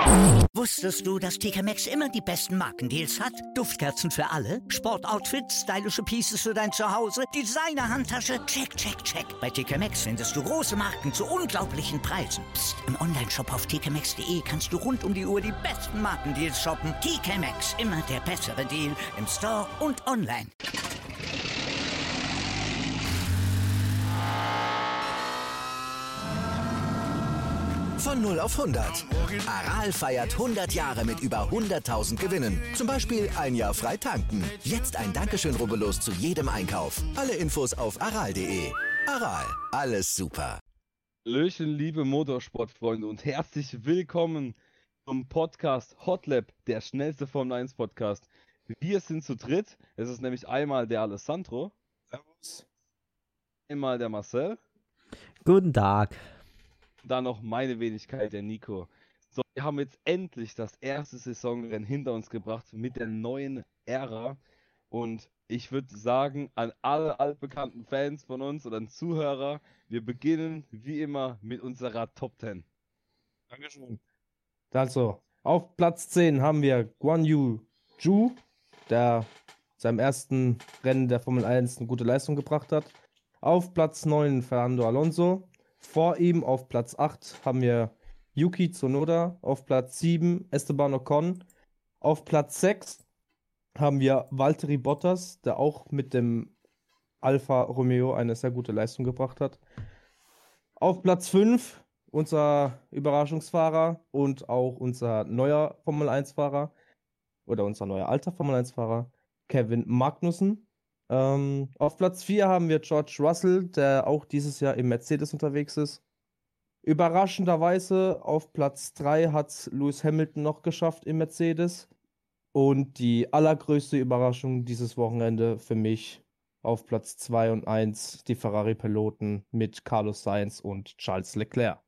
Wusstest du, dass TK Maxx immer die besten Markendeals hat? Duftkerzen für alle, Sportoutfits, stylische Pieces für dein Zuhause, Designer-Handtasche, check, check, check. Bei TK Maxx findest du große Marken zu unglaublichen Preisen. Psst. Im Onlineshop auf tkmaxx.de kannst du rund um die Uhr die besten Markendeals shoppen. TK Maxx, immer der bessere Deal im Store und online. Von 0 auf 100. Aral feiert 100 Jahre mit über 100.000 Gewinnen. Zum Beispiel ein Jahr frei tanken. Jetzt ein Dankeschön, rubbellos zu jedem Einkauf. Alle Infos auf aral.de. Aral, alles super. Hallöchen, liebe Motorsportfreunde und herzlich willkommen zum Podcast Hotlap, der schnellste Formel 1 Podcast. Wir sind zu dritt. Es ist nämlich einmal der Alessandro. Servus. Einmal der Marcel. Guten Tag. Dann noch meine Wenigkeit, der Nico. So, wir haben jetzt endlich das erste Saisonrennen hinter uns gebracht mit der neuen Ära. Und ich würde sagen, an alle altbekannten Fans von uns oder an Zuhörer, wir beginnen wie immer mit unserer Top 10. Dankeschön. Also, auf Platz 10 haben wir Guan Yu Zhu, der seinem ersten Rennen der Formel 1 eine gute Leistung gebracht hat. Auf Platz 9 Fernando Alonso. Vor ihm auf Platz 8 haben wir Yuki Tsunoda. Auf Platz 7 Esteban Ocon. Auf Platz 6 haben wir Valtteri Bottas, der auch mit dem Alfa Romeo eine sehr gute Leistung gebracht hat. Auf Platz 5 unser Überraschungsfahrer und auch unser neuer Formel 1-Fahrer oder unser neuer alter Formel 1-Fahrer, Kevin Magnussen. Auf Platz 4 haben wir George Russell, der auch dieses Jahr im Mercedes unterwegs ist. Überraschenderweise auf Platz 3 hat es Lewis Hamilton noch geschafft im Mercedes. Und die allergrößte Überraschung dieses Wochenende für mich auf Platz 2 und 1 die Ferrari-Piloten mit Carlos Sainz und Charles Leclerc.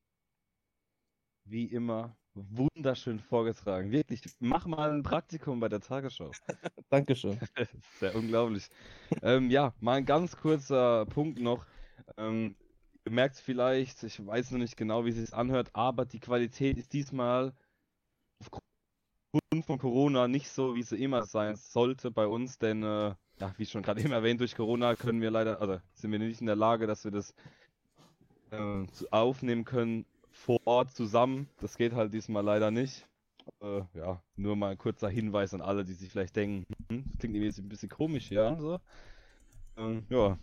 Wie immer wunderschön vorgetragen. Wirklich, mach mal ein Praktikum bei der Tagesschau. Dankeschön. Das ist ja unglaublich. Ja, mal ein ganz kurzer Punkt noch. Ihr merkt es vielleicht, ich weiß noch nicht genau, wie es sich anhört, aber die Qualität ist diesmal aufgrund von Corona nicht so, wie sie immer sein sollte bei uns, denn, ja, wie schon gerade eben erwähnt, durch Corona können wir leider, also sind wir nicht in der Lage, dass wir das aufnehmen können vor Ort zusammen. Das geht halt diesmal leider nicht. Ja, nur mal ein kurzer Hinweis an alle, die sich vielleicht denken, das klingt irgendwie jetzt ein bisschen komisch, ja, so. Ja.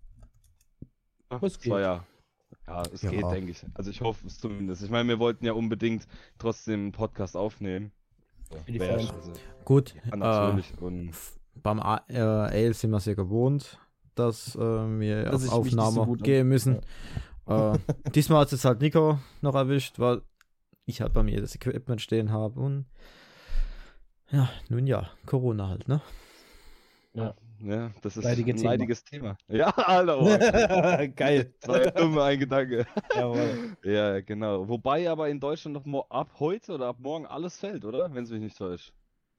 Es Das war geht. ja, es Ja. geht, denke ich. Also ich hoffe es zumindest. Ich meine, wir wollten ja unbedingt trotzdem einen Podcast aufnehmen. Für die Wär- Fans. also, Gut, ja, natürlich. Und beim Ale sind wir sehr gewohnt, dass wir Dass auf ich mich nicht so Aufnahme gut gehen müssen. Diesmal hat es halt Nico noch erwischt, weil ich halt bei mir das Equipment stehen habe und ja, nun ja, Corona halt, ne? Ja. ja, das ist Leidige ein Thema. leidiges Thema. Ja, Alter. Oh. Geil. Zwei dumme ein Gedanke. Jawohl. Ja, genau. Wobei aber in Deutschland noch ab heute oder ab morgen alles fällt, oder? Wenn es mich nicht täuscht.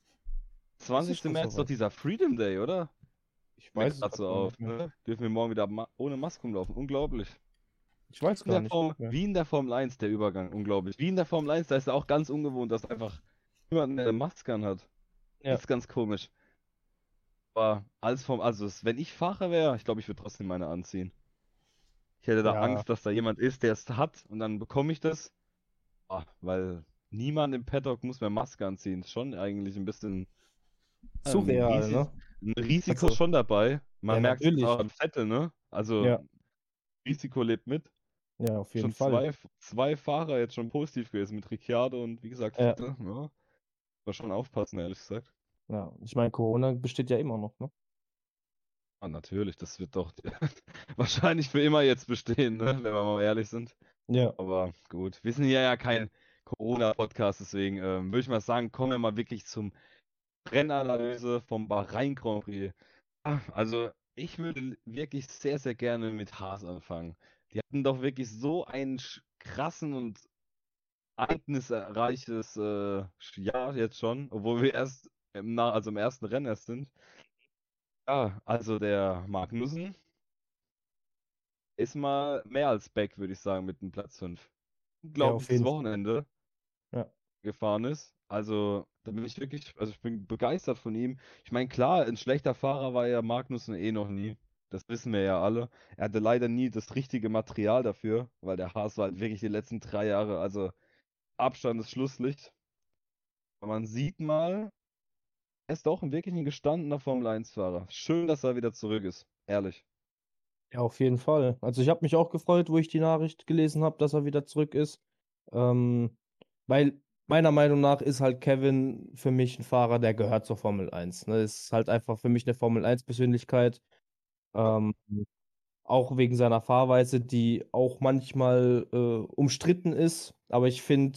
20. schon März doch soweit? dieser Freedom Day, oder? Ich Mir weiß es grad so gar auf, nicht mehr. ne? Dürfen wir morgen wieder ohne Maske rumlaufen. Unglaublich. Ich weiß gar nicht mehr. Wie in der Formel 1 der Übergang. Unglaublich. Wie in der Formel 1, da ist ja auch ganz ungewohnt, dass einfach niemand eine Maske anhat. Ja. Das ist ganz komisch. Aber wenn ich Fahrer wäre, ich glaube, ich würde trotzdem meine anziehen. Ich hätte da Ja. Angst, dass da jemand ist, der es hat und dann bekomme ich das. Weil niemand im Paddock muss mehr Maske anziehen. Ist schon eigentlich ein bisschen Surreal, Risi- ne? ein Risiko Also, schon dabei. Man ja, merkt es natürlich. auch am Vettel, ne? Also Ja. Risiko lebt mit. Ja, auf jeden Schon Fall. zwei Fahrer jetzt schon positiv gewesen mit Ricciardo und wie gesagt, Ja. Vettel. Ja. Muss schon aufpassen, ehrlich gesagt. Ja, ich meine, Corona besteht ja immer noch, ne? Ah, natürlich, das wird doch wahrscheinlich für immer jetzt bestehen, ne? Wenn wir mal ehrlich sind. Ja. Aber gut, wir sind hier ja kein Corona-Podcast, deswegen würde ich mal sagen, kommen wir mal wirklich zum Rennanalyse vom Bahrain Grand Prix. Also, ich würde wirklich sehr, sehr gerne mit Haas anfangen. Die hatten doch wirklich so einen krassen und ereignisreiches Jahr jetzt schon, obwohl wir erst im ersten Rennen erst sind. Ja, also der Magnussen ist mal mehr als back, würde ich sagen, mit dem Platz 5. Ja, auf Unglaubliches jeden Fall. Wochenende. Ja. gefahren ist. Also, da bin ich wirklich, also ich bin begeistert von ihm. Ich meine, klar, ein schlechter Fahrer war ja Magnussen eh noch nie. Das wissen wir ja alle. Er hatte leider nie das richtige Material dafür, weil der Haas war halt wirklich die letzten 3 Jahre, also Abstand ist Schlusslicht. Aber man sieht mal, er ist doch wirklich ein gestandener Formel-1-Fahrer. Schön, dass er wieder zurück ist. Ehrlich. Ja, auf jeden Fall. Also ich habe mich auch gefreut, wo ich die Nachricht gelesen habe, dass er wieder zurück ist. Ähm, weil meiner Meinung nach ist halt Kevin für mich ein Fahrer, der gehört zur Formel 1. Ne? Ist halt einfach für mich eine Formel 1-Persönlichkeit. Ja. Ähm, auch wegen seiner Fahrweise, die auch manchmal umstritten ist. Aber ich finde,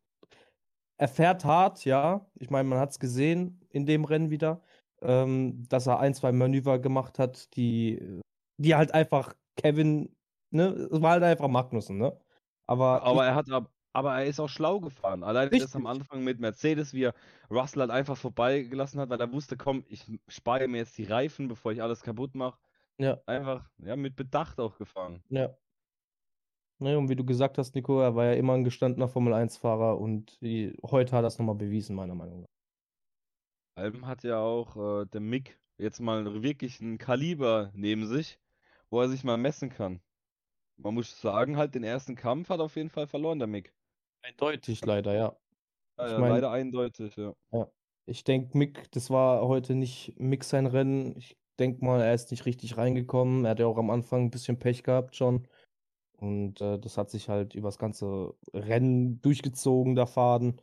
er fährt hart, ja. Ich meine, man hat es gesehen in dem Rennen wieder, dass er ein, zwei Manöver gemacht hat, die halt einfach Kevin, ne, es war halt einfach Magnussen, ne? Aber ich, Aber er ist auch schlau gefahren. Alleine das am richtig, Anfang mit Mercedes, wie er Russell halt einfach vorbeigelassen hat, weil er wusste, komm, ich spare mir jetzt die Reifen, bevor ich alles kaputt mache. ja, Einfach, ja, mit Bedacht auch gefahren. ja. Ne, und wie du gesagt hast, Nico, er war ja immer ein gestandener Formel-1-Fahrer und heute hat er es nochmal bewiesen, meiner Meinung nach. Alben hat ja auch der Mick jetzt mal wirklich ein Kaliber neben sich, wo er sich mal messen kann. Man muss sagen, halt, den ersten Kampf hat auf jeden Fall verloren, der Mick. Eindeutig leider, ja. Ja, Ich ja, meine, leider eindeutig, ja. ja. Ich denke, Mick, das war heute nicht Mick sein Rennen. Ich denke mal, er ist nicht richtig reingekommen. Er hat ja auch am Anfang ein bisschen Pech gehabt schon. Und das hat sich halt über das ganze Rennen durchgezogen, der Faden.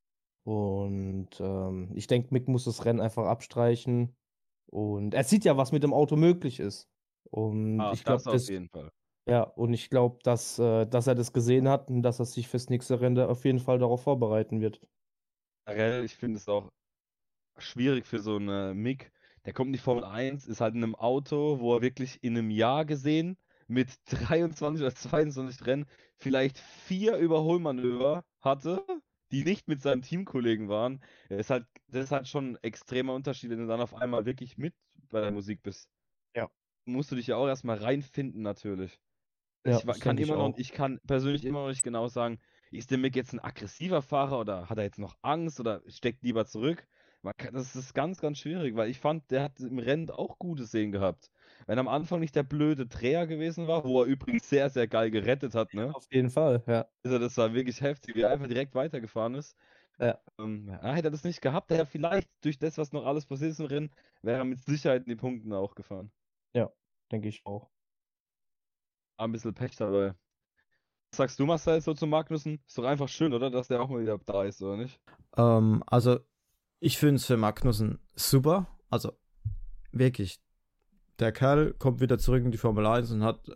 Und ich denke, Mick muss das Rennen einfach abstreichen. Und er sieht ja, was mit dem Auto möglich ist. Und Ah, ich glaube, das auf jeden Fall. ja, und ich glaube, dass er das gesehen hat und dass er sich fürs nächste Rennen da auf jeden Fall darauf vorbereiten wird. Generell, ich finde es auch schwierig für so einen Mick. Der kommt in die Formel 1, ist halt in einem Auto, wo er wirklich in einem Jahr gesehen mit 23 oder 22 Rennen vielleicht 4 Überholmanöver hatte, die nicht mit seinem Teamkollegen waren. Das ist halt schon ein extremer Unterschied, wenn du dann auf einmal wirklich mit bei der Musik bist. Ja. Musst du dich ja auch erstmal reinfinden, natürlich. Ja, das denke ich auch. Ich kann persönlich immer noch nicht genau sagen, ist der Mick jetzt ein aggressiver Fahrer oder hat er jetzt noch Angst oder steckt lieber zurück? Das ist ganz, ganz schwierig, weil ich fand, der hat im Rennen auch gute Szenen gehabt. Wenn am Anfang nicht der blöde Dreher gewesen war, wo er übrigens sehr, sehr geil gerettet hat, ne? Auf jeden Fall, ja. Also das war wirklich heftig, wie er einfach direkt weitergefahren ist. Ja, Ja, hätte er das nicht gehabt, hätte er vielleicht durch das, was noch alles passiert ist im Rennen, wäre er mit Sicherheit in die Punkten auch gefahren. ja, denke ich auch. Aber ein bisschen Pech dabei. Was sagst du, Marcel, so zu Magnussen? Ist doch einfach schön, oder? Dass der auch mal wieder da ist, oder nicht? Also, ich finde es für Magnussen super. Also, wirklich. Der Kerl kommt wieder zurück in die Formel 1 und hat,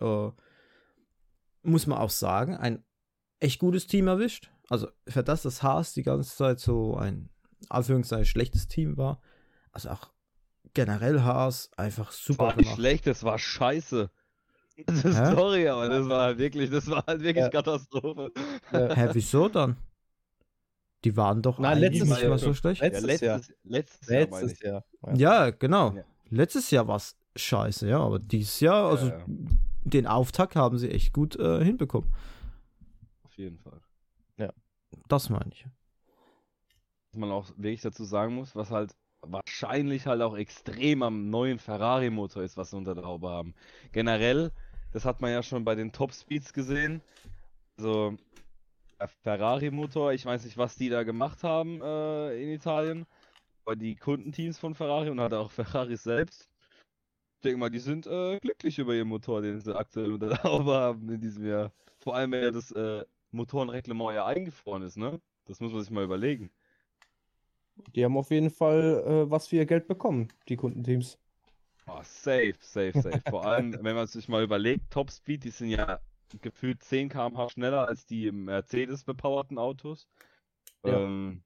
muss man auch sagen, ein echt gutes Team erwischt. Also, für das Haas die ganze Zeit so ein, Anführungszeichen, schlechtes Team war. Also auch generell Haas einfach super War nicht gemacht. schlecht, das war scheiße. Hä? Sorry, aber das war halt wirklich Ja. Katastrophe. Ja. Hä, wieso dann? Die waren doch Nein, eigentlich letztes nicht mal Jahr. so schlecht. Ja, Letztes Jahr. letztes Jahr meine Letztes ich. Jahr. Ja, genau. Ja. Letztes Jahr war es scheiße, ja, aber dieses Jahr, also Ja. den Auftakt haben sie echt gut hinbekommen. Auf jeden Fall. Das meine ich. Was man auch wirklich dazu sagen muss, was halt wahrscheinlich halt auch extrem am neuen Ferrari-Motor ist, was sie unter der Haube haben. Generell, das hat man ja schon bei den Top-Speeds gesehen. Also, der Ferrari-Motor, ich weiß nicht, was die da gemacht haben in Italien, aber die Kundenteams von Ferrari und halt auch Ferrari selbst, ich denke mal, die sind glücklich über ihren Motor, den sie aktuell unter der Haube haben in diesem Jahr. Vor allem, wenn ja das Motorenreglement ja eingefroren ist, ne? Das muss man sich mal überlegen. Die haben auf jeden Fall was für ihr Geld bekommen, die Kundenteams. Oh, safe, safe, safe. Vor allem, wenn man sich mal überlegt, Topspeed, die sind ja gefühlt 10 km/h schneller als die Mercedes bepowerten Autos. Ja.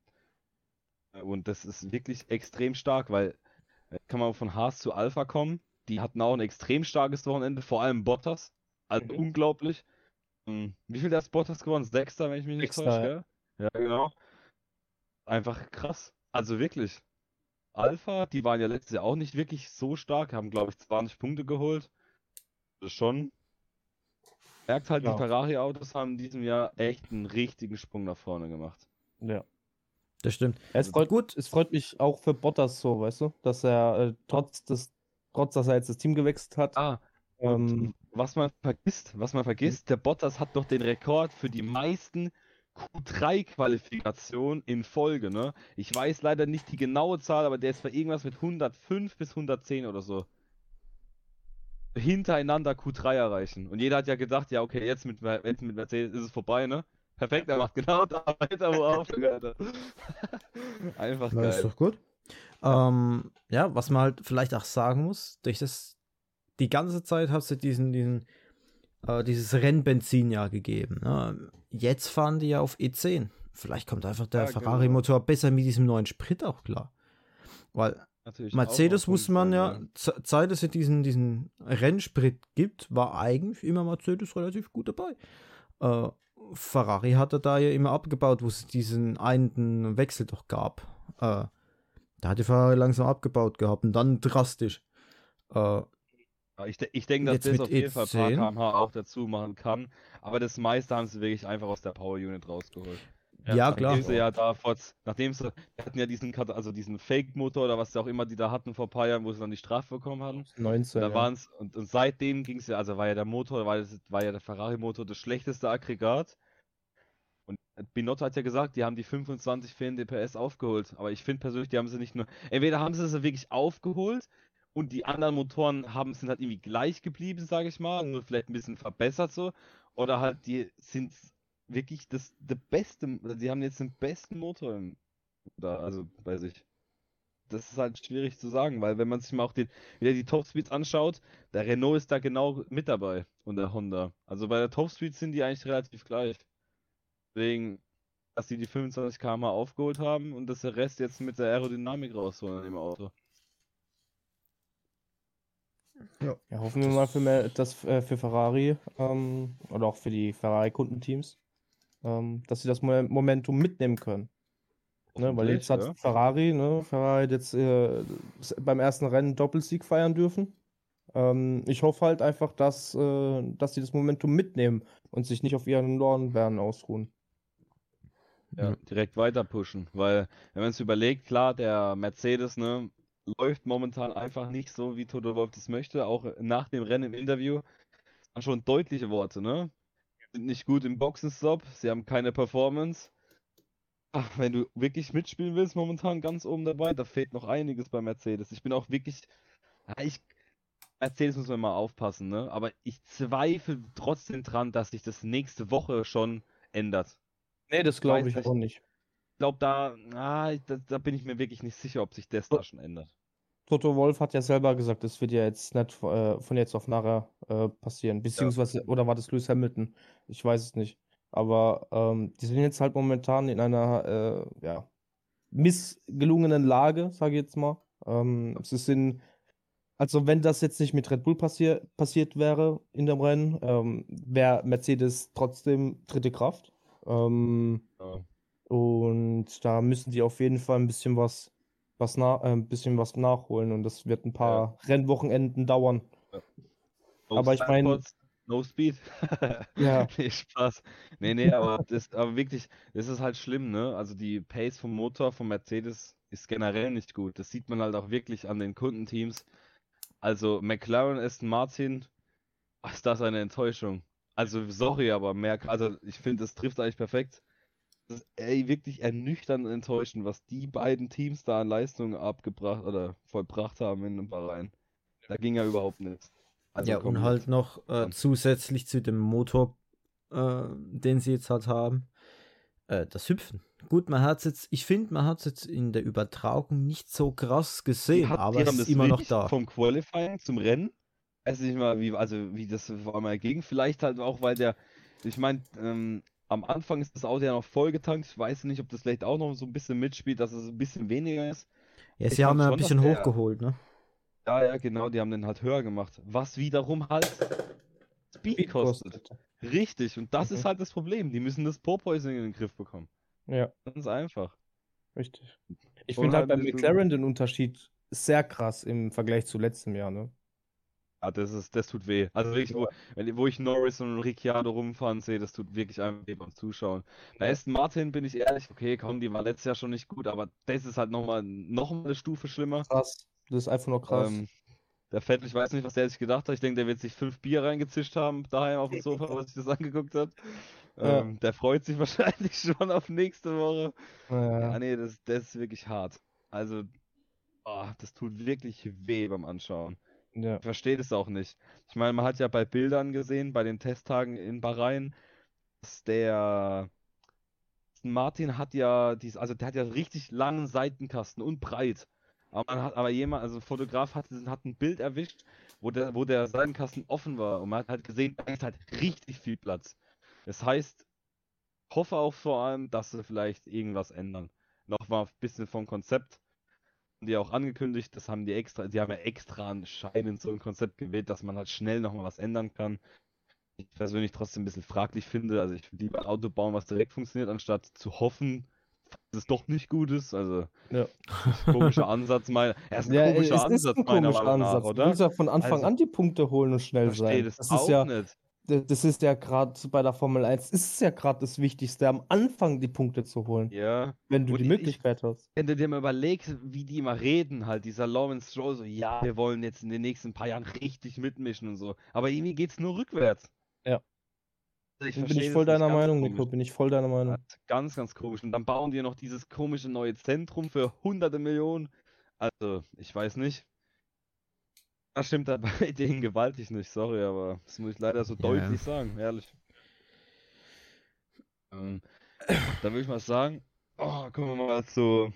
Und das ist wirklich extrem stark, weil kann man von Haas zu Alpha kommen. Die hatten auch ein extrem starkes Wochenende, vor allem Bottas. Also Mhm. unglaublich. Wie viel hat Bottas gewonnen? Sechster, wenn ich mich nicht Sechster, täusche, gell? Ja, genau. Einfach krass. Also wirklich. Alpha, die waren ja letztes Jahr auch nicht wirklich so stark, haben, glaube ich, 20 Punkte geholt. Das ist schon. Merkt halt, die Ja. Ferrari-Autos haben in diesem Jahr echt einen richtigen Sprung nach vorne gemacht. Ja. Das stimmt. Es freut mich auch für Bottas so, weißt du, dass er trotz, dass er jetzt das Team gewechselt hat. Und was man vergisst, der Bottas hat noch den Rekord für die meisten Q3-Qualifikationen in Folge, ne? Ich weiß leider nicht die genaue Zahl, aber der ist bei irgendwas mit 105 bis 110 oder so. Hintereinander Q3 erreichen. Und jeder hat ja gedacht, ja, okay, jetzt mit Mercedes ist es vorbei, ne? Perfekt, er macht genau da weiter, wo er aufgehört hat. Einfach Na, geil. ist doch gut. Ja, was man halt vielleicht auch sagen muss, durch das, die ganze Zeit hast du dieses Rennbenzin ja gegeben. Ne? Jetzt fahren die ja auf E10. Vielleicht kommt einfach der Ja, Ferrari-Motor besser mit diesem neuen Sprit auch klar. Weil Natürlich Mercedes auch wusste man ja, sein, seit es ja diesen Rennsprit gibt, war eigentlich immer Mercedes relativ gut dabei. Ferrari hatte da ja immer abgebaut, wo es diesen einen Wechsel doch gab. Da hat die Ferrari langsam abgebaut gehabt und dann drastisch. Ich denke, dass Jetzt das mit auf jeden Fall ein paar E10. km/h auch dazu machen kann. Aber das meiste haben sie wirklich einfach aus der Power Unit rausgeholt. Ja, klar. Nachdem sie ja da die hatten ja diesen Fake-Motor oder was sie auch immer die da hatten vor ein paar Jahren, wo sie dann die Strafe bekommen hatten. 19, Da ja. waren es, und seitdem ging es ja, also war ja der Motor, war ja der Ferrari-Motor das schlechteste Aggregat. Und Binotto hat ja gesagt, die haben die 25 fehlende PS aufgeholt. Aber ich finde persönlich, die haben sie nicht nur. Entweder haben sie es wirklich aufgeholt und die anderen Motoren sind halt irgendwie gleich geblieben, sage ich mal, nur vielleicht ein bisschen verbessert so. Oder halt die sind wirklich der beste, also die haben jetzt den besten Motor also bei sich. Das ist halt schwierig zu sagen, weil wenn man sich mal auch wieder die Topspeeds anschaut, der Renault ist da genau mit dabei und der Honda. Also bei der Topspeed sind die eigentlich relativ gleich. Deswegen, dass die 25 km/h aufgeholt haben und dass der Rest jetzt mit der Aerodynamik rausholen im Auto. Ja, hoffen wir mal für Ferrari oder auch für die Ferrari-Kundenteams, dass sie das Momentum mitnehmen können. Ne, weil jetzt hat Ja. Ferrari hat jetzt beim ersten Rennen Doppelsieg feiern dürfen. Ich hoffe halt einfach, dass sie das Momentum mitnehmen und sich nicht auf ihren Lorbeeren ausruhen. Ja, direkt weiter pushen, weil wenn man es überlegt, klar, der Mercedes, ne, läuft momentan einfach nicht so, wie Toto Wolff das möchte, auch nach dem Rennen im Interview, waren schon deutliche Worte, ne? Sind nicht gut im Boxenstopp, sie haben keine Performance. Ach, wenn du wirklich mitspielen willst, momentan ganz oben dabei, da fehlt noch einiges bei Mercedes. Ich bin auch wirklich, Mercedes muss man mal aufpassen, ne? Aber ich zweifle trotzdem dran, dass sich das nächste Woche schon ändert. Nee, das glaube ich weiß auch nicht. Ich glaube, da bin ich mir wirklich nicht sicher, ob sich das da schon ändert. Toto Wolff hat ja selber gesagt, das wird ja jetzt nicht von jetzt auf nachher passieren. Beziehungsweise, oder war das Lewis Hamilton? Ich weiß es nicht. Aber die sind jetzt halt momentan in einer missgelungenen Lage, sage ich jetzt mal. Also wenn das jetzt nicht mit Red Bull passiert wäre in dem Rennen, wäre Mercedes trotzdem dritte Kraft. Und da müssen die auf jeden Fall ein bisschen was nachholen und das wird ein paar Rennwochenenden dauern. Aber ich meine, No Speed. Ja. Nee, Spaß. Nee, aber wirklich, das ist halt schlimm, ne? Also die Pace vom Motor von Mercedes ist generell nicht gut. Das sieht man halt auch wirklich an den Kundenteams. Also McLaren, Aston Martin, ist das eine Enttäuschung. Also sorry, aber also ich finde, das trifft eigentlich perfekt. Das ist wirklich ernüchternd und enttäuschend, was die beiden Teams da an Leistungen abgebracht oder vollbracht haben in Bahrain. Da ging ja überhaupt nichts. Also Ja, und halt noch zusätzlich zu dem Motor, den sie jetzt halt haben, das Hüpfen. Gut, ich finde, man hat es jetzt in der Übertragung nicht so krass gesehen, aber es ist immer noch da. Vom Qualifying zum Rennen, weiß nicht mal, wie das vor allem ging. Vielleicht halt auch, weil ich meine, am Anfang ist das Auto ja noch vollgetankt. Ich weiß nicht, ob das vielleicht auch noch so ein bisschen mitspielt, dass es ein bisschen weniger ist. Ja, sie haben ja ein bisschen hochgeholt, ne? Ja, genau, die haben den halt höher gemacht. Was wiederum halt Speed kostet. Richtig, und das ist halt das Problem. Die müssen das Porpoising in den Griff bekommen. Ja. Ganz einfach. Richtig. Ich finde halt bei McLaren den Unterschied sehr krass im Vergleich zu letztem Jahr, ne? Ja, das tut weh. Also wirklich, wo ich Norris und Ricciardo rumfahren sehe, das tut wirklich einfach weh beim Zuschauen. Bei Aston Martin bin ich ehrlich, okay, komm, die war letztes Jahr schon nicht gut, aber das ist halt nochmal eine Stufe schlimmer. Krass. Das ist einfach nur krass. Der Vettel, ich weiß nicht, was der sich gedacht hat. Ich denke, der wird sich 5 Bier reingezischt haben, daheim auf dem Sofa, was sich das angeguckt hat. Der freut sich wahrscheinlich schon auf nächste Woche. Ja, nee, das ist wirklich hart. Also, das tut wirklich weh beim Anschauen. Ja. Ich verstehe das auch nicht. Ich meine, man hat ja bei Bildern gesehen, bei den Testtagen in Bahrain, dass der Martin hat ja also der hat ja richtig langen Seitenkasten und breit. Aber also ein Fotograf hat ein Bild erwischt, wo der Seitenkasten offen war und man hat halt gesehen, da ist halt richtig viel Platz. Das heißt, ich hoffe auch vor allem, dass sie vielleicht irgendwas ändern. Nochmal ein bisschen vom Konzept. Die auch angekündigt, die haben ja extra anscheinend so ein Konzept gewählt, dass man halt schnell nochmal was ändern kann. Ich persönlich trotzdem ein bisschen fraglich finde, also ich würde lieber ein Auto bauen, was direkt funktioniert, anstatt zu hoffen, dass es doch nicht gut ist. Also, komischer Ansatz meiner. Es ist ein komischer Ansatz. Oder? Du willst ja von Anfang an die Punkte holen und schnell sein. Das ist ja nicht. Das ist ja gerade bei der Formel 1, ist es ja gerade das Wichtigste, am Anfang die Punkte zu holen. Ja. Wenn du die Möglichkeit hast. Wenn du dir mal überlegst, wie die immer reden, halt, dieser Lawrence Stroll, so, ja, wir wollen jetzt in den nächsten paar Jahren richtig mitmischen und so. Aber irgendwie geht's nur rückwärts. Ja. Also bin ich voll deiner Meinung, Nico, bin ich voll deiner Meinung. Ganz, ganz komisch. Und dann bauen die noch dieses komische neue Zentrum für hunderte Millionen. Also, ich weiß nicht. Das stimmt da bei denen gewaltig nicht, sorry, aber das muss ich leider so deutlich sagen, ehrlich. Dann würde ich mal sagen, kommen wir mal zu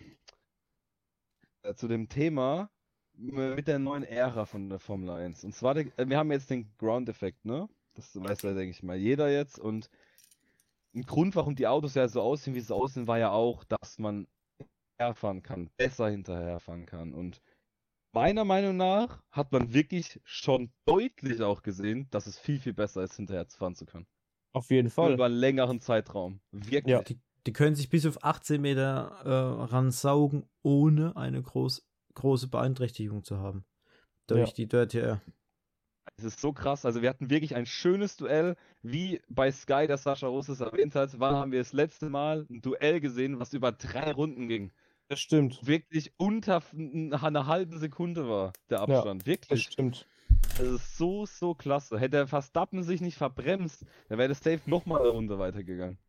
dem Thema mit der neuen Ära von der Formel 1. Und zwar, wir haben jetzt den Ground-Effekt, ne? Das weiß ja, denke ich mal, jeder jetzt. Und ein Grund, warum die Autos ja so aussehen, wie sie aussehen, war ja auch, dass man hinterherfahren kann, besser hinterherfahren kann. Und meiner Meinung nach hat man wirklich schon deutlich auch gesehen, dass es viel, viel besser ist, hinterher fahren zu können. Auf jeden Fall. Über einen längeren Zeitraum. Wirklich. Ja. Die können sich bis auf 18 Meter ransaugen, ohne eine große Beeinträchtigung zu haben. Durch die Dirty Air. Es ist so krass. Also wir hatten wirklich ein schönes Duell, wie bei Sky, das Sascha Rosses erwähnt hat. Wann haben wir das letzte Mal ein Duell gesehen, was über 3 Runden ging? Das stimmt. Wirklich unter einer halben Sekunde war der Abstand. Wirklich. Das stimmt. Das ist so klasse. Hätte der Verstappen sich nicht verbremst, dann wäre das safe nochmal eine Runde weitergegangen.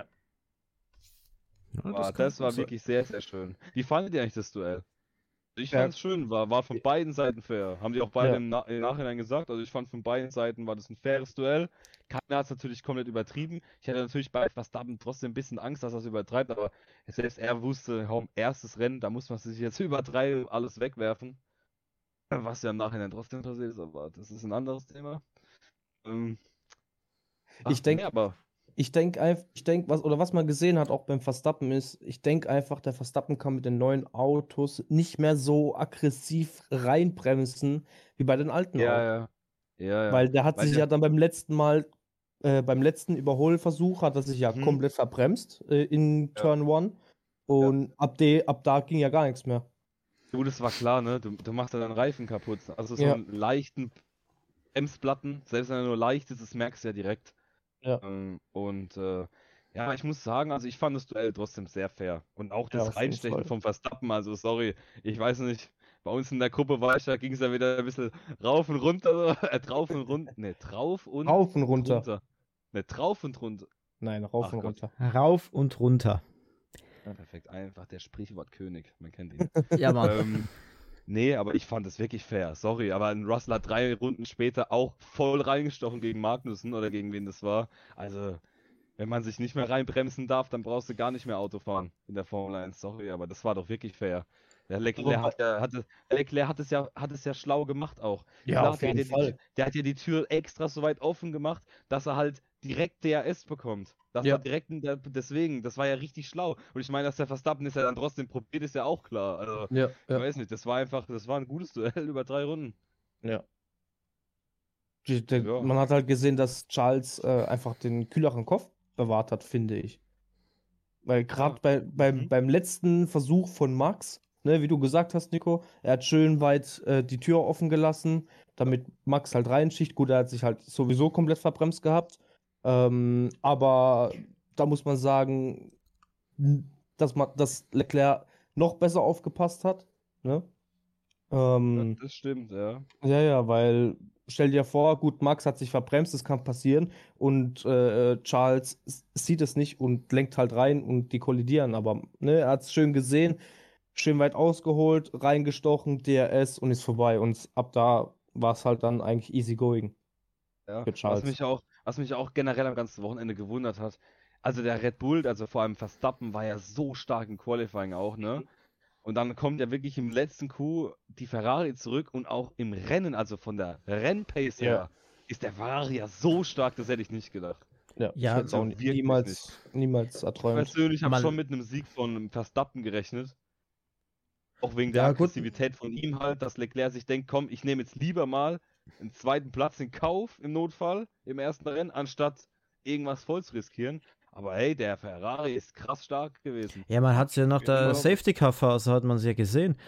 Ja, das war wirklich sehr, sehr schön. Wie fandet ihr eigentlich das Duell? Ich fand es schön, war von beiden Seiten fair. Haben die auch beide im Nachhinein gesagt. Also ich fand von beiden Seiten war das ein faires Duell. Keiner hat es natürlich komplett übertrieben. Ich hatte natürlich bei Verstappen trotzdem ein bisschen Angst, dass er es übertreibt, aber selbst er wusste, erstes Rennen, da muss man sich jetzt über 3 alles wegwerfen. Was ja im Nachhinein trotzdem passiert ist, aber das ist ein anderes Thema. Ich denke, was man gesehen hat, auch beim Verstappen ist, ich denke einfach, der Verstappen kann mit den neuen Autos nicht mehr so aggressiv reinbremsen wie bei den alten Autos. Ja. Weil der hat sich ja dann beim letzten Überholversuch hat er sich ja komplett verbremst in Turn 1 und ab da ging ja gar nichts mehr. Du, das war klar, ne? Du machst ja deinen Reifen kaputt. Also so einen leichten Bremsplatten, selbst wenn er nur leicht ist, das merkst du ja direkt. Ja. Ja, ich muss sagen, also ich fand das Duell trotzdem sehr fair. Und auch das Reinstechen vom Verstappen, also sorry, ich weiß nicht, bei uns in der Gruppe da ging es ja wieder ein bisschen rauf und runter, drauf und runter. Ne, drauf und runter. Ne, drauf und runter. Nein, rauf und runter. Rauf und runter. Ja, perfekt, einfach der Sprichwortkönig, man kennt ihn. Ja, Mann. Nee, aber ich fand es wirklich fair, sorry, aber ein Russell hat 3 Runden später auch voll reingestochen gegen Magnussen oder gegen wen das war. Also, wenn man sich nicht mehr reinbremsen darf, dann brauchst du gar nicht mehr Auto fahren in der Formel 1, sorry, aber das war doch wirklich fair. Der Leclerc hat es ja schlau gemacht auch. Ja, klar, auf jeden Fall. Der hat ja die Tür extra so weit offen gemacht, dass er halt direkt DRS bekommt. Deswegen, das war ja richtig schlau. Und ich meine, dass der Verstappen ist ja dann trotzdem probiert, ist ja auch klar. Also, ich weiß nicht, das war ein gutes Duell über 3 Runden. Ja. Man hat halt gesehen, dass Charles einfach den kühleren Kopf bewahrt hat, finde ich. Weil gerade beim letzten Versuch von Max ne, wie du gesagt hast, Nico, er hat schön weit die Tür offen gelassen, damit Max halt reinschicht. Gut, er hat sich halt sowieso komplett verbremst gehabt. Aber da muss man sagen, dass Leclerc noch besser aufgepasst hat. Ne? Das stimmt, ja. Ja, weil stell dir vor, gut, Max hat sich verbremst, das kann passieren und Charles sieht es nicht und lenkt halt rein und die kollidieren, aber ne, er hat es schön gesehen, schön weit ausgeholt, reingestochen, DRS und ist vorbei und ab da war es halt dann eigentlich easy going Ja, für Charles. was mich auch generell am ganzen Wochenende gewundert hat, also der Red Bull, also vor allem Verstappen, war ja so stark im Qualifying auch, ne? Und dann kommt ja wirklich im letzten Coup die Ferrari zurück und auch im Rennen, also von der Rennpace her, ist der Ferrari ja so stark, das hätte ich nicht gedacht. Ja, Ja, ich hätte es auch wirklich niemals Ich erträumt. persönlich habe Mal- schon mit einem Sieg von Verstappen gerechnet. Auch wegen Ja, der gut. Aggressivität von ihm halt, dass Leclerc sich denkt, komm, ich nehme jetzt lieber mal einen zweiten Platz in Kauf im Notfall im ersten Rennen, anstatt irgendwas voll zu riskieren. Aber hey, der Ferrari ist krass stark gewesen. Ja, man hat es ja nach der Genau. Safety-Car-Phase, hat man es ja gesehen.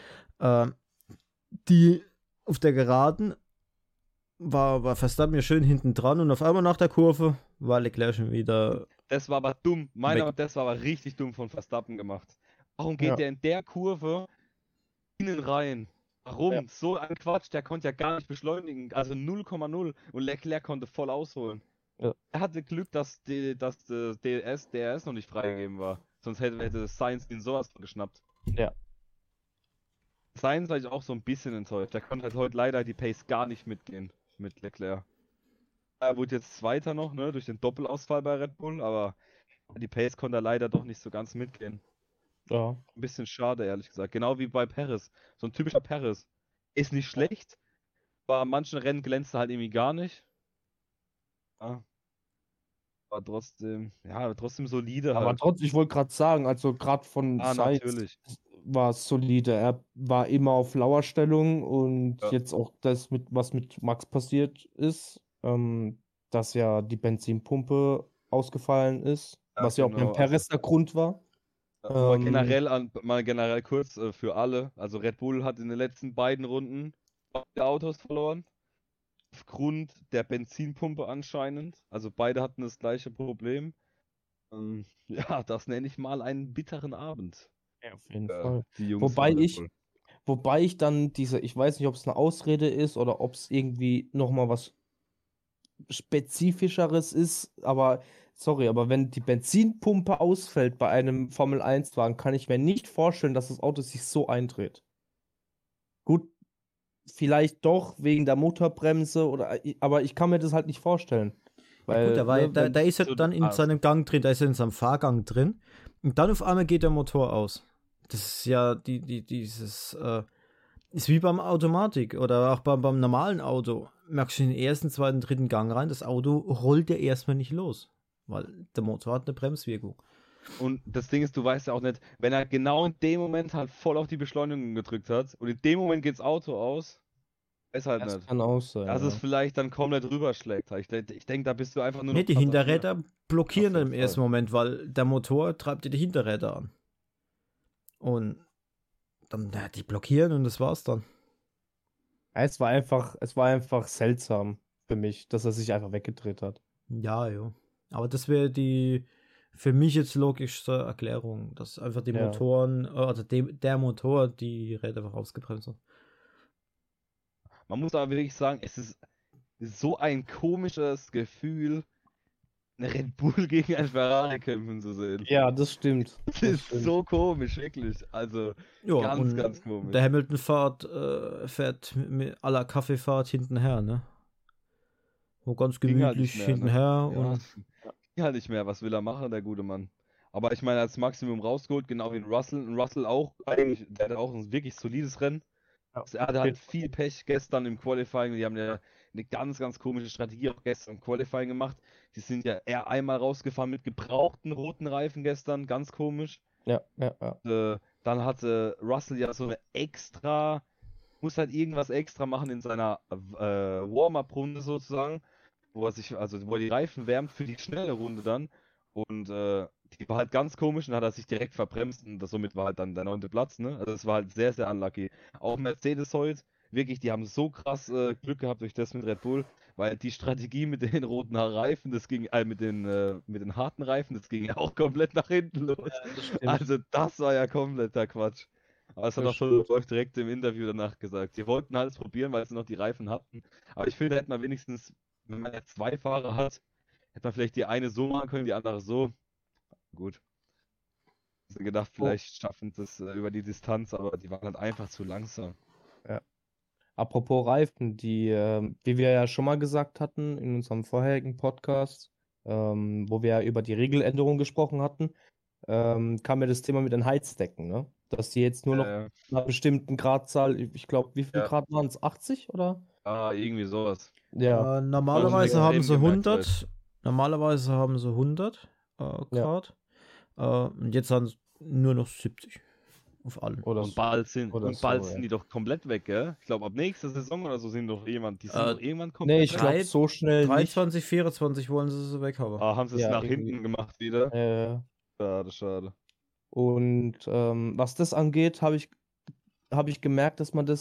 Die auf der Geraden war Verstappen ja schön hinten dran und auf einmal nach der Kurve war Leclerc schon wieder. Das war aber dumm. Meiner Weg. Meinung nach, das war aber richtig dumm von Verstappen gemacht. Warum geht Ja. der in der Kurve innen rein? Warum? Ja. So ein Quatsch, der konnte ja gar nicht beschleunigen. Also 0,0 und Leclerc konnte voll ausholen. Ja. Er hatte Glück, dass das DRS noch nicht freigegeben war. Sonst hätte Sainz ihn sowas von geschnappt. Ja. Sainz war ich auch so ein bisschen enttäuscht. Der konnte halt heute leider die Pace gar nicht mitgehen mit Leclerc. Er wurde jetzt Zweiter noch, ne, durch den Doppelausfall bei Red Bull, aber die Pace konnte er leider doch nicht so ganz mitgehen. Ja. Ein bisschen schade, ehrlich gesagt. Genau wie bei Perez. So ein typischer Perez. Ist nicht schlecht, aber an manchen Rennen glänzt er halt irgendwie gar nicht. Ja. Aber trotzdem solide Aber halt. trotzdem, ich wollte gerade sagen, also gerade von Ah, Sainz natürlich. war es solide. Er war immer auf Lauerstellung und Ja. jetzt auch das, was mit Max passiert ist, dass ja die Benzinpumpe ausgefallen ist, Ja, was ja auch beim genau, Perez der Grund war. Mal generell kurz für alle. Also Red Bull hat in den letzten beiden Runden beide Autos verloren. Aufgrund der Benzinpumpe anscheinend. Also beide hatten das gleiche Problem. Ja, das nenne ich mal einen bitteren Abend. Ja, auf jeden für Fall. die Jungs Wobei von Red ich, Bull. wobei ich dann ich weiß nicht, ob es eine Ausrede ist oder ob es irgendwie nochmal was Spezifischeres ist, aber sorry, aber wenn die Benzinpumpe ausfällt bei einem Formel-1-Wagen, kann ich mir nicht vorstellen, dass das Auto sich so eindreht. Gut, vielleicht doch wegen der Motorbremse aber ich kann mir das halt nicht vorstellen. Weil, ne, Da ist er so- dann in ah, seinem Gang drin, da ist er in seinem Fahrgang drin. Und dann auf einmal geht der Motor aus. Das ist ja ist wie beim Automatik oder auch beim normalen Auto. Merkst du in den ersten, zweiten, dritten Gang rein, das Auto rollt ja erstmal nicht los. Weil der Motor hat eine Bremswirkung. Und das Ding ist, du weißt ja auch nicht, wenn er genau in dem Moment halt voll auf die Beschleunigung gedrückt hat und in dem Moment geht's Auto aus, weiß halt das nicht. kann auch sein. Dass ja. es vielleicht dann komplett rüberschlägt. Ich denke, da bist du einfach nur Nee, noch die Passagier. Hinterräder blockieren Auf dann jeden im ersten Fall. Moment, weil der Motor treibt dir die Hinterräder an. Und dann, die blockieren und das war's dann. Ja, es war einfach seltsam für mich, dass er sich einfach weggedreht hat. Ja, ja. Aber das wäre die für mich jetzt logischste Erklärung, dass einfach die Ja. Motoren, also der Motor die Räder einfach ausgebremst hat. Man muss aber wirklich sagen, es ist so ein komisches Gefühl, eine Red Bull gegen ein Ferrari kämpfen zu sehen. Ja, das stimmt. Das ist so komisch, wirklich. Also, Ja, ganz, und ganz komisch. der Hamilton fährt mit à la Kaffeefahrt hintenher, ne? Wo ganz Ging halt gemütlich nicht mehr, ne? hintenher Ja, und ging halt nicht mehr. Was will er machen, der gute Mann? Aber ich meine, er hat das Maximum rausgeholt, genau wie ein Russell. Und Russell auch, eigentlich, der hatte auch ein wirklich solides Rennen. Ja. Er hatte halt viel Pech gestern im Qualifying. Die haben ja eine ganz, ganz komische Strategie auch gestern im Qualifying gemacht. Die sind ja eher einmal rausgefahren mit gebrauchten roten Reifen gestern, ganz komisch. Ja. Dann hatte Russell ja so eine muss halt irgendwas extra machen in seiner Warm-up-Runde sozusagen, wo er die Reifen wärmt für die schnelle Runde dann. Und die war halt ganz komisch und hat er sich direkt verbremst und somit war halt dann der 9. Platz, ne? Also es war halt sehr, sehr unlucky. Auch Mercedes heute, wirklich, die haben so krass Glück gehabt durch das mit Red Bull, weil die Strategie mit den roten Reifen, das ging, mit den harten Reifen, das ging ja auch komplett nach hinten los. Das stimmt. Also das war ja kompletter Quatsch. Aber das hat Das auch schon Wolf direkt im Interview danach gesagt. Sie wollten alles probieren, weil sie noch die Reifen hatten. Aber ich finde, hätte man wenigstens, wenn man jetzt 2 Fahrer hat, hätte man vielleicht die eine so machen können, die andere so. Gut. Ich gedacht, vielleicht schaffen sie es über die Distanz, aber die waren halt einfach zu langsam. Apropos Reifen, wie wir ja schon mal gesagt hatten in unserem vorherigen Podcast, wo wir ja über die Regeländerung gesprochen hatten, kam ja das Thema mit den Heizdecken, ne? Dass die jetzt nur noch einer bestimmten Gradzahl, ich glaube, wie viel Ja. Grad waren es? 80 oder? Irgendwie sowas. Ja. Normalerweise Also, haben sie gemerkt 100. Normalerweise haben sie 100 Grad. Und jetzt haben sie nur noch 70 auf allen. Oder Und bald sind, oder bald so, sind ja. die doch komplett weg, gell? Ich glaube, ab nächster Saison oder so sind doch die sind doch irgendwann Nee, komplett ich weg. glaube, so schnell nicht. 23, 24 wollen sie so weghaben. Haben sie es Ja, nach irgendwie. hinten gemacht wieder? Schade, schade. Und was das angeht, habe ich gemerkt, dass man das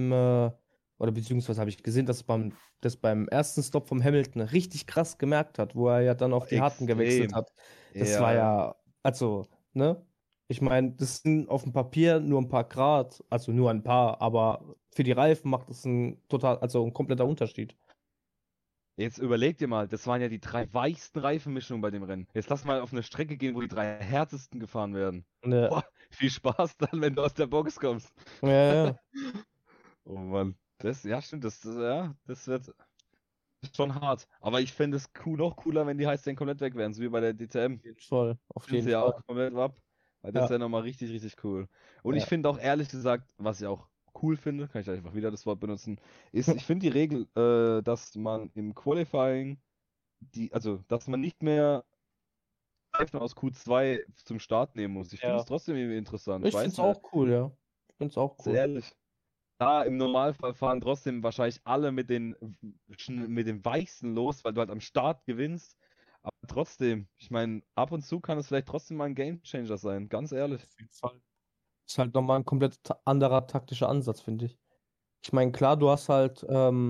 oder beziehungsweise habe ich gesehen, dass das beim ersten Stop vom Hamilton richtig krass gemerkt hat, wo er ja dann auf die harten gewechselt Extrem. hat. Das war ja, also, ne? Ich meine, das sind auf dem Papier nur ein paar Grad, also nur ein paar, aber für die Reifen macht das ein kompletter Unterschied. Jetzt überleg dir mal, das waren ja die 3 weichsten Reifenmischungen bei dem Rennen. Jetzt lass mal auf eine Strecke gehen, wo die 3 härtesten gefahren werden. Ne, Boah, viel Spaß dann, wenn du aus der Box kommst. ja. Oh Mann. Ja, stimmt, das wird schon hart. Aber ich fände es noch cooler, wenn die Heißdecken komplett weg wären, so wie bei der DTM. Auf jeden Fall, auf Sind jeden sie ja Fall. auch komplett ab. Weil das Ja. wäre nochmal richtig, richtig cool. Und Ja. ich finde auch ehrlich gesagt, was ich auch cool finde, kann ich einfach wieder das Wort benutzen, ist, ich finde die Regel, dass man im Qualifying dass man nicht mehr Reifen aus Q2 zum Start nehmen muss. Ich finde Ja. es trotzdem irgendwie interessant. Ich finde es auch cool, ja. Ich finde es auch Sehr cool. ehrlich. Da im Normalfall fahren trotzdem wahrscheinlich alle mit den Weichsten los, weil du halt am Start gewinnst. Aber trotzdem, ich meine, ab und zu kann es vielleicht trotzdem mal ein Gamechanger sein, ganz ehrlich. Auf jeden Fall. Ist halt nochmal ein komplett anderer taktischer Ansatz, finde ich. Ich meine, klar, du hast halt,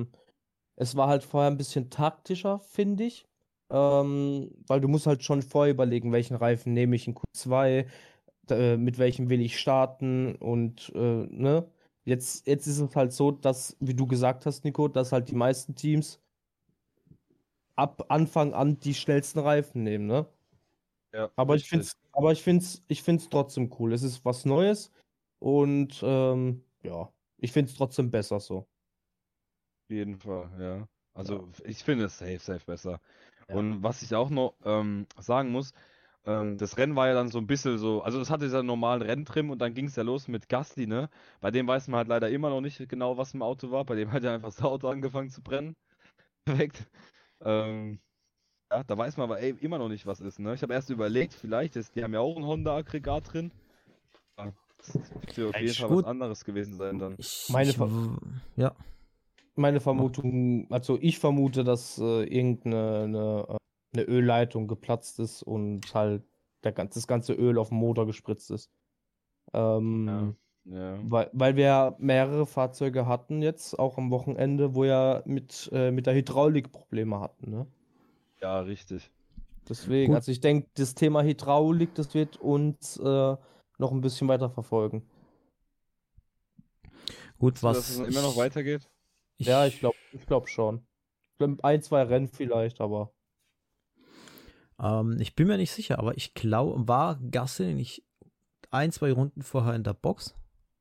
es war halt vorher ein bisschen taktischer, finde ich. Weil du musst halt schon vorher überlegen, welchen Reifen nehme ich in Q2, mit welchem will ich starten und, ne? Jetzt ist es halt so, dass, wie du gesagt hast, Nico, dass halt die meisten Teams ab Anfang an die schnellsten Reifen nehmen, ne? Ja, Aber ich richtig. find's trotzdem cool. Es ist was Neues und ja, ich find's trotzdem besser so. Auf jeden Fall, ja. Also ich finde es safe besser. Ja. Und was ich auch noch sagen muss, das Rennen war ja dann so ein bisschen so, also es hatte diesen normalen Renntrim und dann ging es ja los mit Gasly, ne? Bei dem weiß man halt leider immer noch nicht genau, was im Auto war. Bei dem hat ja einfach das Auto angefangen zu brennen. Perfekt. Ja, da weiß man aber immer noch nicht, was ist, ne? Ich habe erst überlegt, die haben ja auch ein Honda-Aggregat drin. Ja, das wird auf jeden Fall gut. was anderes gewesen sein dann. Ja. Meine Vermutung, also ich vermute, dass irgendeine eine Ölleitung geplatzt ist und halt das ganze Öl auf den Motor gespritzt ist. Ja. Weil wir ja mehrere Fahrzeuge hatten jetzt, auch am Wochenende, wo ja mit der Hydraulik Probleme hatten, ne? Ja, richtig. Deswegen, Gut. also ich denke, das Thema Hydraulik, das wird uns noch ein bisschen weiter verfolgen. Gut, Dass es immer noch weitergeht? Ja, ich glaube schon. Ich glaub, 1, 2 Rennen vielleicht, aber. Ich bin mir nicht sicher, aber ich glaube, war Gasly nicht 1, 2 Runden vorher in der Box?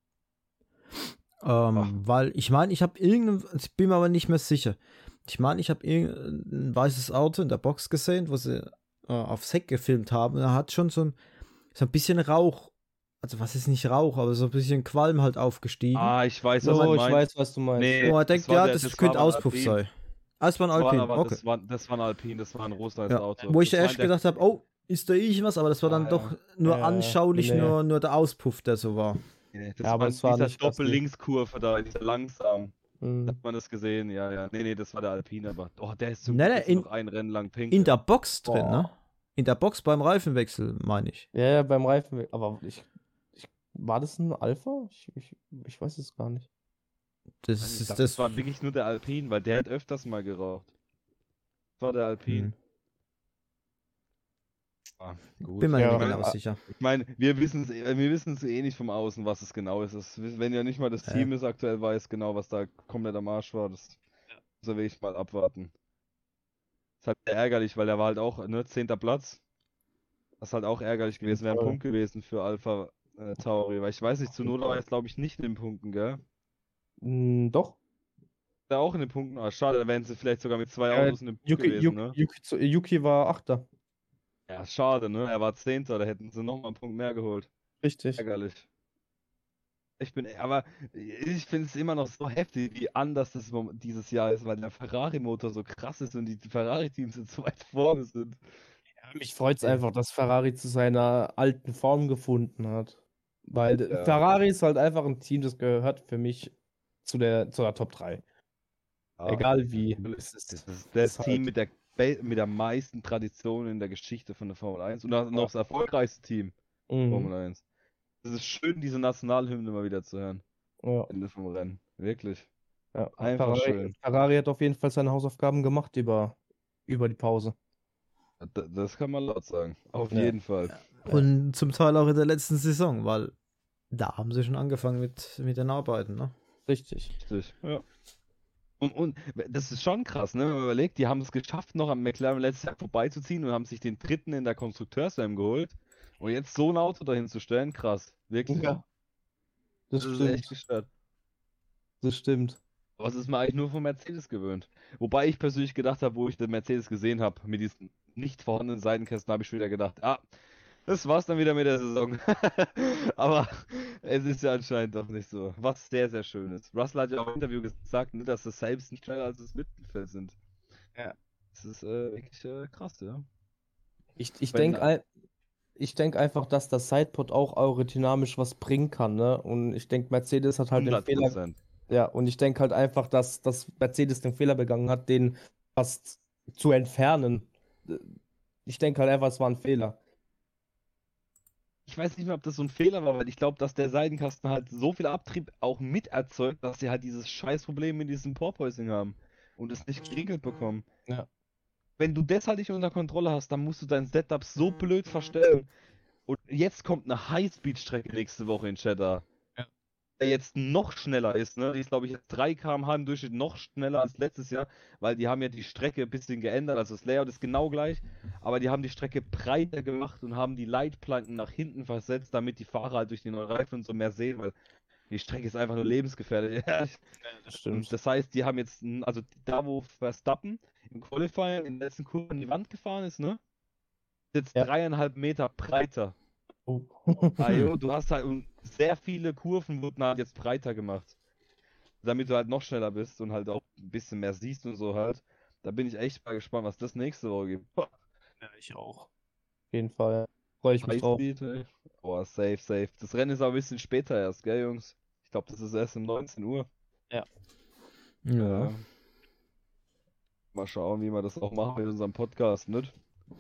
Weil ich meine, ich bin mir aber nicht mehr sicher. Ich meine, ich habe irgendein weißes Auto in der Box gesehen, wo sie aufs Heck gefilmt haben. Da hat schon so ein bisschen Rauch, also was ist nicht Rauch, aber so ein bisschen Qualm halt aufgestiegen. Ah, ich weiß, So, was du ich meinst. weiß, was du meinst. Nee, Wo er denkt, das war ja, der- das das könnte war ein Auspuff Alpin. sein. Ah, es war ein Alpin, okay. Das war ein Alpin, das war ein rosa Ja. Auto. Wo ich Das war erst gedacht habe, oh, ist da irgendwas, aber das war dann Ah, doch ja. nur Ja, anschaulich, nee. nur der Auspuff, der so war. Nee, das Ja, aber war es war dieser nicht Gasly. Doppellinkskurve da, dieser langsam. Mhm. Hat man das gesehen? Ja. Nee, das war der Alpine, aber der ist Nee, das ist in- noch ein Rennen lang pink. In der Box drin, ne? In der Box beim Reifenwechsel, meine ich. Ja, beim Reifen. Aber war das ein Alpha? Ich weiß es gar nicht. Das ist Das das. war wirklich nur der Alpin, weil der hat öfters mal geraucht. Das war der Alpin. Hm. Ah, gut. Bin mir Ja, nicht genau sicher. Ich meine, wir wissen es eh nicht vom Außen, was es genau ist. Wenn ja nicht mal das Team es aktuell weiß, genau, was da komplett am Arsch war, das muss er wirklich mal abwarten. Das ist halt sehr ärgerlich, weil der war halt auch, ne, 10. Platz. Das ist halt auch ärgerlich gewesen, wäre ein Voll. Punkt gewesen für Alpha Tauri, weil ich weiß nicht, Auf jeden Tsunoda war Fall. jetzt, glaube ich, nicht in den Punkten, gell? Doch. Der auch in den Punkten, ah, schade, da wären sie vielleicht sogar mit 2 Ja, Autos in den Punkt gewesen, ne? Yuki war Achter. Ja, schade, ne? Er war 10., da hätten sie nochmal einen Punkt mehr geholt. Richtig. Ärgerlich. Aber ich finde es immer noch so heftig, wie anders das dieses Jahr ist, weil der Ferrari-Motor so krass ist und die Ferrari-Teams jetzt so weit vorne sind. Mich freut es einfach, dass Ferrari zu seiner alten Form gefunden hat. Weil Ja. Ferrari ist halt einfach ein Team, das gehört für mich zu der Top 3. Ja, Egal wie. natürlich. Es ist- Das ist das ist Team halt- mit der meisten Tradition in der Geschichte von der Formel 1 und noch das erfolgreichste Team Formel Mhm. 1. Es ist schön, diese Nationalhymne mal wieder zu hören. Ja. Ende vom Rennen. Wirklich. Ja. Einfach schön. Ferrari hat auf jeden Fall seine Hausaufgaben gemacht über die Pause. Das kann man laut sagen. Auf Ja. jeden Fall. Und zum Teil auch in der letzten Saison, weil da haben sie schon angefangen mit den Arbeiten, ne? Richtig. Richtig. Ja. Und das ist schon krass, ne? Wenn man überlegt, die haben es geschafft, noch am McLaren letztes Jahr vorbeizuziehen und haben sich den dritten in der Konstrukteurs-WM geholt. Und jetzt so ein Auto dahin zu stellen, krass. Wirklich. Ja. Das Das ist stimmt. echt gestört. Das stimmt. Was ist man eigentlich nur von Mercedes gewöhnt? Wobei ich persönlich gedacht habe, wo ich den Mercedes gesehen habe, mit diesen nicht vorhandenen Seitenkästen, habe ich wieder gedacht, das war's dann wieder mit der Saison. Aber es ist ja anscheinend doch nicht so. Was sehr, sehr schön ist. Russell hat ja auch im Interview gesagt, ne, dass das selbst nicht schneller als das Mittelfeld sind. Ja. Das ist wirklich krass, ja. Ich Wenn- denke einfach, dass das Sidepod auch aerodynamisch was bringen kann, ne? Und ich denke, Mercedes hat halt den Fehler. 100%. Ja, und ich denke halt einfach, dass Mercedes den Fehler begangen hat, den fast zu entfernen. Ich denke halt einfach, es war ein Fehler. Ich weiß nicht mehr, ob das so ein Fehler war, weil ich glaube, dass der Seitenkasten halt so viel Abtrieb auch mit erzeugt, dass sie halt dieses Scheißproblem mit diesem Porpoising haben und es nicht geregelt bekommen. Ja. Wenn du das halt nicht unter Kontrolle hast, dann musst du dein Setup so blöd verstellen. Und jetzt kommt eine Highspeed-Strecke nächste Woche in Jeddah. Ja. Der jetzt noch schneller ist, ne? Die ist, glaube ich, jetzt 3 km/h im Durchschnitt noch schneller als letztes Jahr, weil die haben ja die Strecke ein bisschen geändert, also das Layout ist genau gleich, aber die haben die Strecke breiter gemacht und haben die Leitplanken nach hinten versetzt, damit die Fahrer halt durch die neuen Reifen und so mehr sehen, weil die Strecke ist einfach nur lebensgefährlich. Das Und das heißt, die haben jetzt, also da wo Verstappen im Qualifying in der letzten Kurve an die Wand gefahren ist, ne? Ist jetzt Ja. 3,5 Meter breiter. Oh. Du hast halt und sehr viele Kurven wurden halt jetzt breiter gemacht. Damit du halt noch schneller bist und halt auch ein bisschen mehr siehst und so halt. Da bin ich echt mal gespannt, was das nächste Woche gibt. Boah, Ja, ich auch. Auf jeden Fall. Freue ich mich drauf. Highspeed, ey. Boah, safe. Das Rennen ist auch ein bisschen später erst, gell, Jungs? Ich glaube, das ist erst um 19 Uhr. Ja. Mal schauen, wie wir das auch machen mit unserem Podcast, nicht?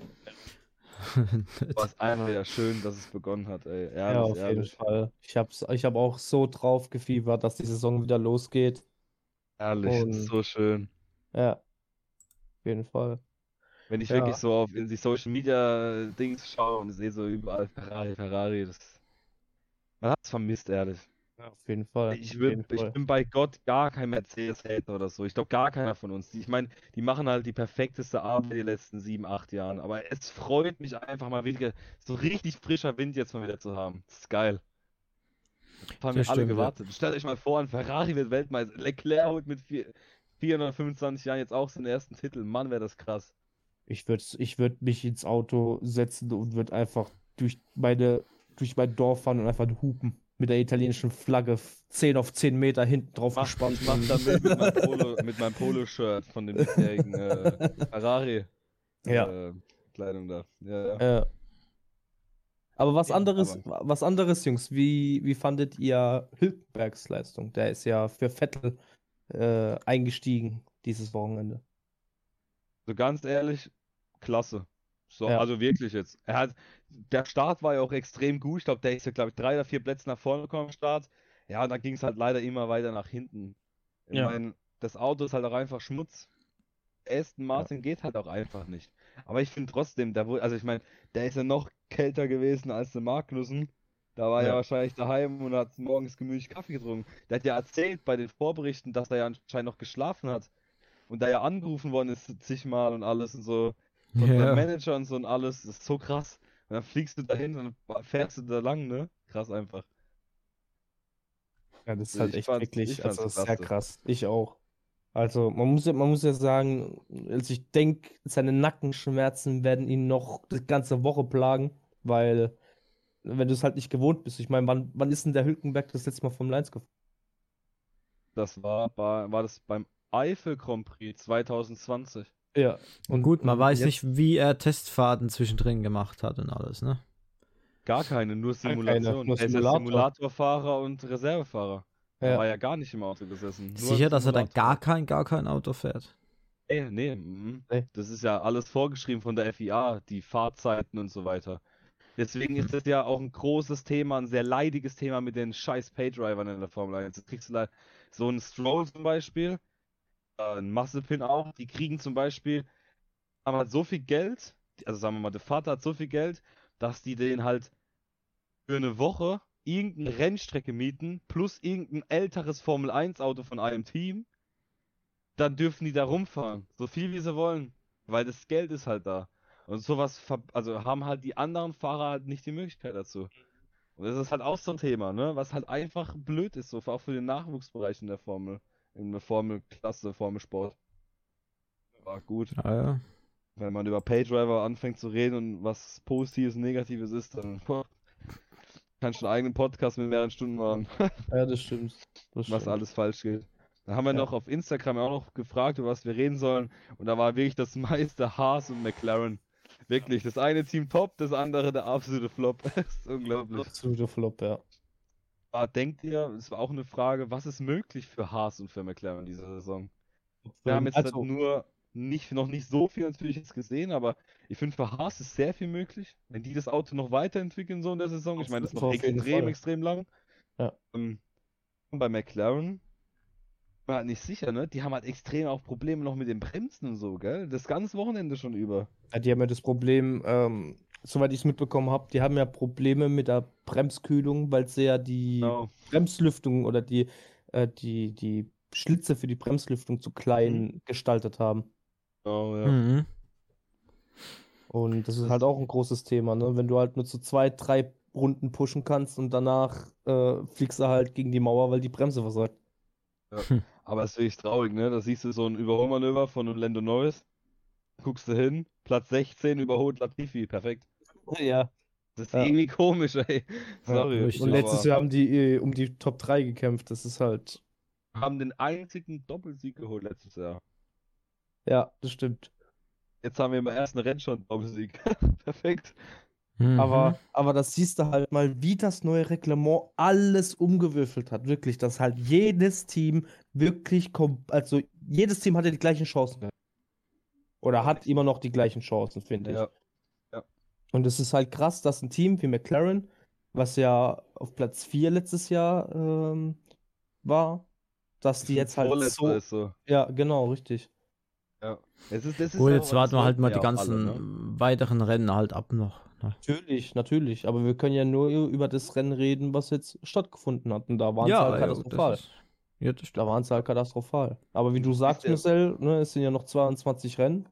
Aber es ist einfach wieder schön, dass es begonnen hat, ey. Ja, Ehrlich, auf jeden ehrlich. Fall. Ich hab auch so drauf gefiebert, dass die Saison wieder losgeht. Ehrlich, es ist Und- so schön. Ja. Auf jeden Fall. Wenn ich Ja. wirklich so in die Social Media Dings schaue und sehe so überall Ferrari, man hat es vermisst, ehrlich. Ja, auf jeden Fall. Ich Auf jeden Fall. bin bei Gott gar kein Mercedes-Hater oder so. Ich glaube, gar keiner von uns. Ich meine, die machen halt die perfekteste Arbeit die letzten 7, 8 Jahren. Aber es freut mich einfach mal wieder, so richtig frischer Wind jetzt mal wieder zu haben. Das ist geil. Das haben wir Das alle stimmt, ja. gewartet. Stellt euch mal vor, ein Ferrari wird Weltmeister. Leclerc holt mit 425 Jahren jetzt auch seinen ersten Titel. Mann, wäre das krass. Ich würd mich ins Auto setzen und würde einfach durch mein Dorf fahren und einfach hupen. Mit der italienischen Flagge 10 auf 10 Meter hinten drauf gespannt. Ich mach da mit meinem Polo-Shirt von dem bisherigen Ferrari Ja. Kleidung da. Ja. Aber was Ja, anderes, Jungs, wie fandet ihr Hülkenbergs Leistung? Der ist ja für Vettel eingestiegen dieses Wochenende. So ganz ehrlich, klasse. So, Ja. also wirklich jetzt. Der Start war ja auch extrem gut. Ich glaube, der ist ja, glaube ich, 3 oder 4 Plätze nach vorne gekommen im Start. Ja, und dann ging es halt leider immer weiter nach hinten. Ich Ja. meine, das Auto ist halt auch einfach Schmutz. Aston Martin geht halt auch einfach nicht. Aber ich finde trotzdem, also ich meine, der ist ja noch kälter gewesen als der Magnussen. Da war er Ja. wahrscheinlich daheim und hat morgens gemütlich Kaffee getrunken. Der hat ja erzählt bei den Vorberichten, dass er ja anscheinend noch geschlafen hat. Und da ja angerufen worden ist zigmal und alles und so. Von seinem Ja. Manager und so und alles. Das ist so krass. Und dann fliegst du dahin und dann fährst du da lang, ne? Krass einfach. Ja, das ist halt Ich echt fand's wirklich, also klasse. sehr krass. Ich auch. Also man muss ja sagen, also ich denke, seine Nackenschmerzen werden ihn noch die ganze Woche plagen, weil wenn du es halt nicht gewohnt bist. Ich meine, wann ist denn der Hülkenberg das letzte Mal vom 1 gefahren? Das war das beim Eifel Grand Prix 2020. Ja. Und gut, man weiß jetzt- nicht, wie er Testfahrten zwischendrin gemacht hat und alles, ne? Gar keine, nur keine, Simulation. nur Er ist ja Simulator. Simulatorfahrer und Reservefahrer. Er Ja. war ja gar nicht im Auto gesessen. Nur Sicher, im dass er dann Simulator. gar kein Auto fährt. Nee. Nee. Das ist ja alles vorgeschrieben von der FIA, die Fahrzeiten und so weiter. Deswegen ist das ja auch ein großes Thema, ein sehr leidiges Thema mit den scheiß Paydrivern in der Formel 1. Jetzt kriegst du so einen Stroll zum Beispiel, ein Mazepin auch, die kriegen zum Beispiel, haben halt so viel Geld, also sagen wir mal, der Vater hat so viel Geld, dass die den halt für eine Woche irgendeine Rennstrecke mieten, plus irgendein älteres Formel 1 Auto von einem Team, dann dürfen die da rumfahren, so viel wie sie wollen, weil das Geld ist halt da. Und sowas, also haben halt die anderen Fahrer halt nicht die Möglichkeit dazu. Und das ist halt auch so ein Thema, ne? Was halt einfach blöd ist, so auch für den Nachwuchsbereich in der Formelklasse, Formelsport. War gut. Ah, ja. Wenn man über Paydriver anfängt zu reden und was Positives und Negatives ist, dann kannst du einen eigenen Podcast mit mehreren Stunden machen, Ja, das stimmt. was Das stimmt. alles falsch geht. Dann haben wir Ja. noch auf Instagram auch noch gefragt, über was wir reden sollen. Und da war wirklich das meiste Haas und McLaren. Wirklich, das eine Team top, das andere der absolute Flop. Das ist unglaublich. Absoluter Flop, ja. Denkt ihr, es war auch eine Frage, was ist möglich für Haas und für McLaren diese Saison? Wir haben jetzt Also, noch nicht so viel natürlich jetzt gesehen, aber ich finde, für Haas ist sehr viel möglich, wenn die das Auto noch weiterentwickeln so in der Saison. Ich meine, das ist noch auf jeden Fall. extrem lang. Ja. Und bei McLaren bin mir halt nicht sicher, ne? Die haben halt extrem auch Probleme noch mit den Bremsen und so, gell? Das ganze Wochenende schon über. ja, die haben ja das Problem, soweit ich es mitbekommen habe, die haben ja Probleme mit der Bremskühlung, weil sie ja die Genau. Bremslüftung oder die Schlitze für die Bremslüftung zu klein gestaltet haben. Oh, ja. Mhm. Und das ist Das- halt auch ein großes Thema, ne? Wenn du halt nur zu 2, 3 Runden pushen kannst und danach fliegst du halt gegen die Mauer, weil die Bremse versagt. Aber es ist wirklich traurig, ne? Da siehst du so ein Überholmanöver von Lando Norris. Guckst du hin, Platz 16 überholt Latifi, perfekt. Ja. Das ist Ja. irgendwie komisch, ey. Sorry. richtig. Und letztes aber Jahr haben die um die Top 3 gekämpft. Das ist halt. haben den einzigen Doppelsieg geholt letztes Jahr. Ja, das stimmt. Jetzt haben wir im ersten Rennen schon einen Doppelsieg. Perfekt. Mhm. Aber das siehst du halt mal, wie das neue Reglement alles umgewürfelt hat. Wirklich, dass halt jedes Team wirklich also jedes Team hatte die gleichen Chancen gehabt. Oder hat immer noch die gleichen Chancen, finde ich. Ja. Und es ist halt krass, dass ein Team wie McLaren, was ja auf Platz 4 letztes Jahr war, dass die jetzt halt Vorletzter so. ist so. Ja, genau, richtig. Ja. Das ist Gut, auch- jetzt das warten wir halt wollten mal die ja auch ganzen alle, ne? weiteren Rennen halt ab noch. Ne? Natürlich. Aber wir können ja nur über das Rennen reden, was jetzt stattgefunden hat. Und da waren sie halt ja, katastrophal. das ist, ja, das Da stimmt. waren sie halt katastrophal. Aber wie du Ist sagst, ja- Marcel, ne, es sind ja noch 22 Rennen.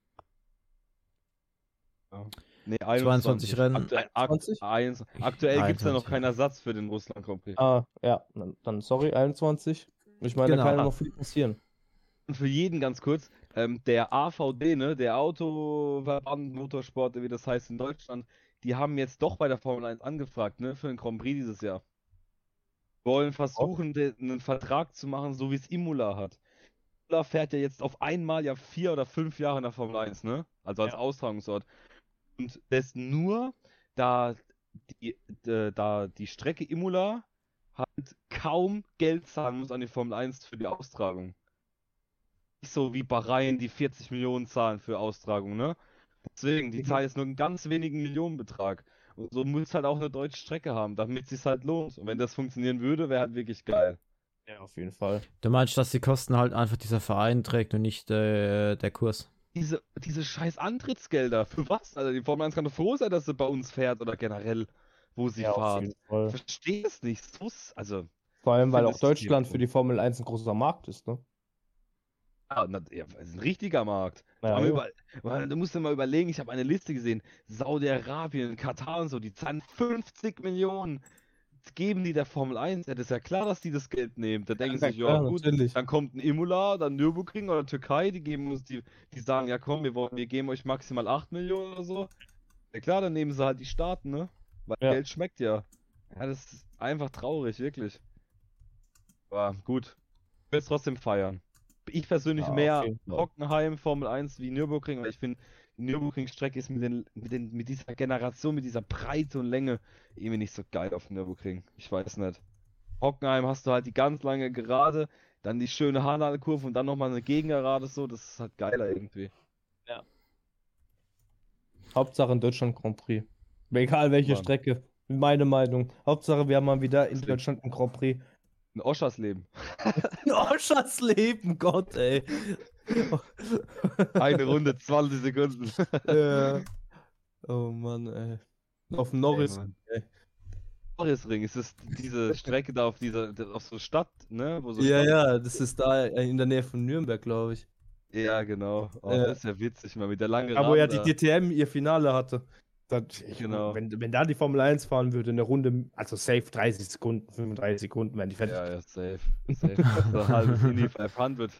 Nee, 22 Rennen. Aktuell gibt es ja noch 21. keinen Ersatz für den Russland Grand Prix. Ah, ja, dann sorry, 21. Ich meine, Genau. da kann ja noch viel passieren. Und für jeden ganz kurz, der AVD, ne, der Autoverband Motorsport, wie das heißt in Deutschland, die haben jetzt doch bei der Formel 1 angefragt, ne, für den Grand Prix dieses Jahr. Wollen versuchen, einen Vertrag zu machen, so wie es Imola hat. Imola fährt ja jetzt auf einmal ja 4 oder 5 Jahre in der Formel 1, ne? Also als Ja. Austragungsort. Und das nur, da die Strecke Imola halt kaum Geld zahlen muss an die Formel 1 für die Austragung. Nicht so wie Bahrain, die 40 Millionen zahlen für Austragung, ne? Deswegen, die zahlen jetzt nur einen ganz wenigen Millionenbetrag. Und so muss halt auch eine deutsche Strecke haben, damit es sich halt lohnt. Und wenn das funktionieren würde, wäre halt wirklich geil. Ja, auf jeden Fall. Du meinst, dass die Kosten halt einfach dieser Verein trägt und nicht der Kurs? Diese scheiß Antrittsgelder, für was? Also die Formel 1 kann doch froh sein, dass sie bei uns fährt oder generell, wo sie Ja, auf fahrt. jeden Fall. Ich verstehe es nicht. Also, Vor allem, weil finde auch es Deutschland hier für die Formel 1 ein großer Markt ist, ne? ja, es ist ein richtiger Markt. Ja, Aber ja. du musst dir mal überlegen, ich habe eine Liste gesehen. Saudi-Arabien, Katar und so, die zahlen 50 Millionen. Jetzt geben die der Formel 1. Ja, das ist ja klar, dass die das Geld nehmen. Da denken Ja, sich, ja klar, gut, natürlich. dann kommt ein Imola, dann Nürburgring oder Türkei, die sagen, ja komm, wir geben euch maximal 8 Millionen oder so. Ja klar, dann nehmen sie halt die Staaten, ne? Weil Ja. Geld schmeckt ja. Ja, das ist einfach traurig, wirklich. Aber gut, ich will es trotzdem feiern. Ich persönlich Ja, auf mehr jeden Fall. Hockenheim Formel 1 wie Nürburgring, weil ich finde, die Nürburgring-Strecke ist mit dieser Generation, mit dieser Breite und Länge irgendwie nicht so geil auf Nürburgring. Ich weiß nicht. Hockenheim hast du halt die ganz lange Gerade, dann die schöne Haarnadelkurve und dann nochmal eine Gegengerade so, das ist halt geiler irgendwie. Hauptsache in Deutschland Grand Prix. Egal welche Mann. Strecke. Meine Meinung. Hauptsache wir haben mal wieder in Deswegen. Deutschland ein Grand Prix. Ein Oschersleben. Oh, Schatz Leben, Gott, ey. Eine Runde, 20 Sekunden. Ja. Oh Mann, ey. Auf dem Norris. Mann. ey. Norrisring, ist es diese Strecke da auf so Stadt, ne? Wo so Ja, Stadt- ja, das ist da in der Nähe von Nürnberg, glaube ich. Ja, genau. Oh, Ja. das ist ja witzig, mal mit der langen Aber wo ja Gerade die da. DTM ihr Finale hatte. Genau. Wenn da die Formel 1 fahren würde, eine Runde, also safe 30 Sekunden, 35 Sekunden, wenn die fertig. Ja, safe. Safe. So ein halbes Indy 500.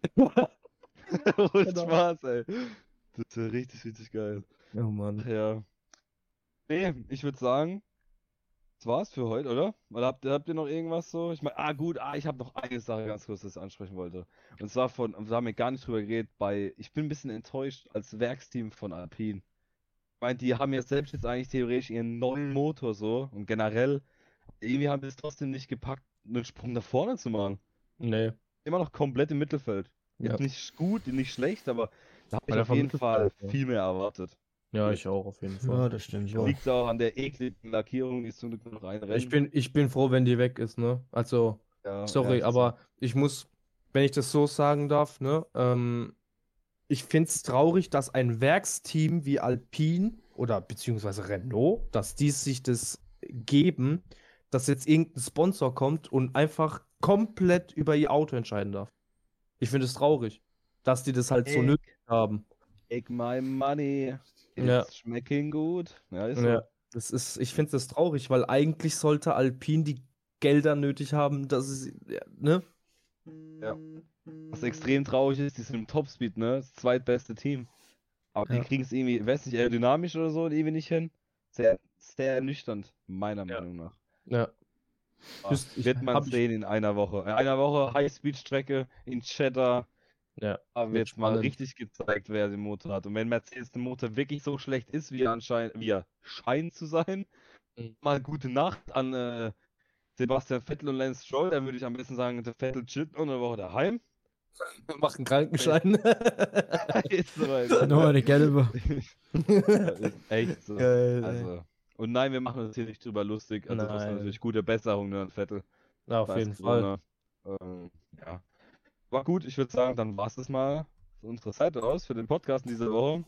Ohne Genau. Spaß, ey. Das wäre richtig, richtig geil. Oh Mann. Ja. Nee, ich würde sagen, das war's für heute, oder? Oder habt ihr noch irgendwas so? Ich meine, gut, ich habe noch eine Sache ganz kurz, das ich ansprechen wollte. Und zwar da haben wir gar nicht drüber geredet, ich bin ein bisschen enttäuscht als Werksteam von Alpine. Ich meine, die haben ja selbst jetzt eigentlich theoretisch ihren neuen Motor so und generell, irgendwie haben wir es trotzdem nicht gepackt, einen Sprung nach vorne zu machen. Nee. Immer noch komplett im Mittelfeld. Ja. Jetzt nicht gut, nicht schlecht, aber da habe ich Weil auf vom jeden Fall Mittelfeld, ja. viel mehr erwartet. Ja, ich auch auf jeden Ja, Fall. das stimmt. Liegt auch an der ekligen Lackierung, die ist zum Glück noch reinrennt. Ich bin froh, wenn die weg ist, ne? Also, Ja, sorry, ja, aber ich muss, wenn ich das so sagen darf, ne? Ich finde es traurig, dass ein Werksteam wie Alpine oder beziehungsweise Renault, dass die sich das geben, dass jetzt irgendein Sponsor kommt und einfach komplett über ihr Auto entscheiden darf. Ich finde es traurig, dass die das halt so nötig haben. Take my money. Ja. It's schmecking gut. Ja, ist so. Ja, ich finde das traurig, weil eigentlich sollte Alpine die Gelder nötig haben, dass es, ja, ne? Ja. Was extrem traurig ist, die sind im Topspeed, ne? Das zweitbeste Team. Aber Ja. die kriegen es irgendwie, weiß nicht, aerodynamisch oder so, irgendwie nicht hin. Sehr, sehr ernüchternd, meiner Ja. Meinung nach. Ja. Ah, Just- ich- wird man hab ich- sehen in einer Woche. In einer Woche Highspeed-Strecke in Cheddar. Ja. Da wird mal spannend. richtig gezeigt, wer den Motor hat. Und wenn Mercedes der Motor wirklich so schlecht ist, wie er scheint zu sein, Mhm. mal gute Nacht an Sebastian Vettel und Lance Stroll, dann würde ich am besten sagen, der Vettel chillt noch eine Woche daheim. Mach einen Krankenschein. Ist so, Alter. Nur die gelbe. Ja, ist echt so. Geil, ey. Also. Und nein, wir machen uns hier nicht drüber lustig. Also das ist Nein. natürlich gute Besserung ne, an Vettel. Ja, auf Da ist jeden Fall. Corona. Ja. War gut, ich würde sagen, dann war es das mal von unserer Seite aus für den Podcast in dieser Woche.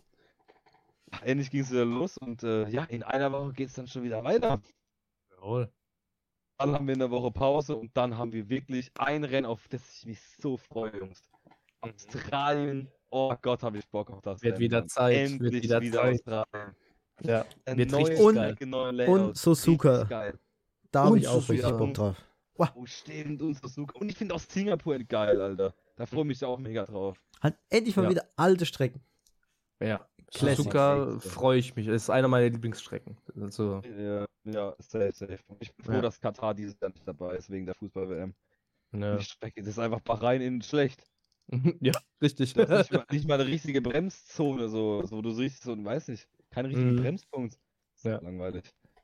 Endlich ging es wieder los und ja, in einer Woche geht es dann schon wieder weiter. Jawohl. Dann haben wir eine Woche Pause und dann haben wir wirklich ein Rennen, auf das ich mich so freue, Jungs. Australien, oh Gott, habe ich Bock auf das Wird Rennen, wieder Mann. Zeit, wird Endlich wieder Zeit. Australien. Ja, Ein wird neues richtig geil. Strecke, neue Layout. Und Suzuka. Richtig geil. Da habe Und ich auch Suzuka. richtig Bock drauf. Oh, stimmt, und Suzuka. Und ich finde auch Singapur geil, Alter. Da freue ich mich auch mega drauf. Halt endlich mal Ja. wieder alte Strecken. Ja. Classic. Suzuka freue ich mich. Das ist einer meiner Lieblingsstrecken. Also, Ja, safe. Ich bin froh, Ja. dass Katar dieses Jahr nicht dabei ist, wegen der Fußball-WM. ja. Die Strecke, das ist einfach Bahrain innen schlecht. Ja, richtig. Das ist nicht mal eine richtige Bremszone, so du siehst, so, weiß nicht, kein richtigen Mhm. Bremspunkt. Das ist Ja. langweilig.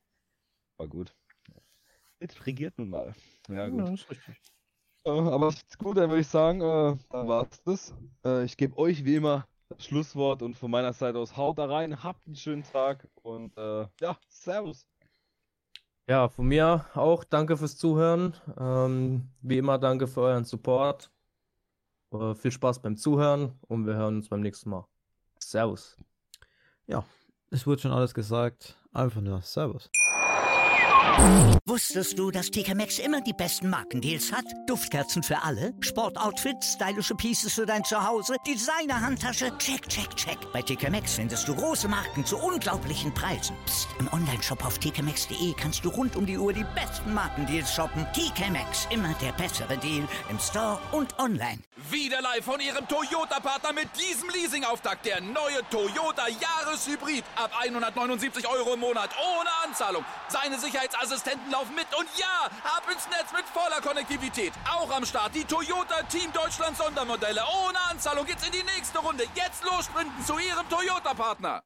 War gut. Jetzt regiert nun mal. Ja, Ja, gut. ist richtig. Aber ist gut, dann würde ich sagen, dann war's das. Ich gebe euch wie immer Schlusswort und von meiner Seite aus haut da rein, habt einen schönen Tag und ja, servus. Ja, von mir auch danke fürs Zuhören. Wie immer danke für euren Support. Viel Spaß beim Zuhören und wir hören uns beim nächsten Mal. Servus. Ja, es wurde schon alles gesagt. Einfach nur Servus. Wusstest du, dass TK Maxx immer die besten Markendeals hat? Duftkerzen für alle, Sportoutfits, stylische Pieces für dein Zuhause, Designer-Handtasche, check, check, check. Bei TK Maxx findest du große Marken zu unglaublichen Preisen. Psst. Im Onlineshop auf tkmaxx.de kannst du rund um die Uhr die besten Markendeals shoppen. TK Maxx, immer der bessere Deal im Store und online. Wieder live von Ihrem Toyota-Partner mit diesem Leasing-Auftakt. Der neue Toyota Jahreshybrid. Ab 179 € im Monat ohne Anzahlung. Seine Sicherheitsassistenten laufen mit und ja, ab ins Netz mit voller Konnektivität. Auch am Start die Toyota Team Deutschland Sondermodelle. Ohne Anzahlung geht's in die nächste Runde. Jetzt los sprinten zu Ihrem Toyota-Partner.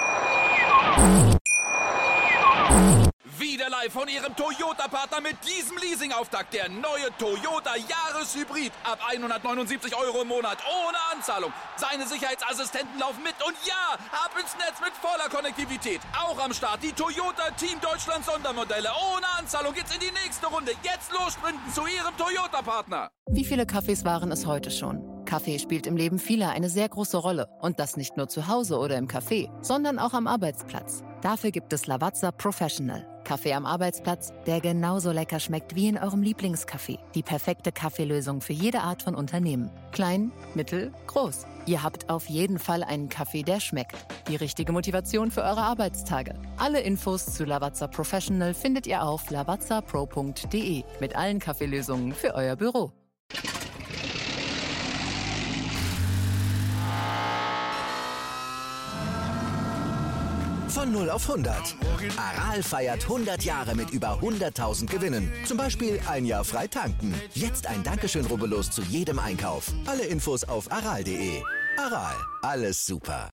Wieder live von Ihrem Toyota-Partner mit diesem Leasing-Auftakt. Der neue Toyota Jahreshybrid. Ab 179 € im Monat ohne Anzahlung. Seine Sicherheitsassistenten laufen mit und ja, ab ins Netz mit voller Konnektivität. Auch am Start die Toyota Team Deutschland Sondermodelle. Ohne Anzahlung geht's in die nächste Runde. Jetzt los sprinten zu Ihrem Toyota-Partner. Wie viele Kaffees waren es heute schon? Kaffee spielt im Leben vieler eine sehr große Rolle. Und das nicht nur zu Hause oder im Café, sondern auch am Arbeitsplatz. Dafür gibt es Lavazza Professional. Kaffee am Arbeitsplatz, der genauso lecker schmeckt wie in eurem Lieblingscafé. Die perfekte Kaffeelösung für jede Art von Unternehmen. Klein, mittel, groß. Ihr habt auf jeden Fall einen Kaffee, der schmeckt. Die richtige Motivation für eure Arbeitstage. Alle Infos zu Lavazza Professional findet ihr auf lavazzapro.de mit allen Kaffeelösungen für euer Büro. Von 0 auf 100. Aral feiert 100 Jahre mit über 100.000 Gewinnen. Zum Beispiel ein Jahr frei tanken. Jetzt ein Dankeschön, rubbellos zu jedem Einkauf. Alle Infos auf aral.de. Aral, alles super.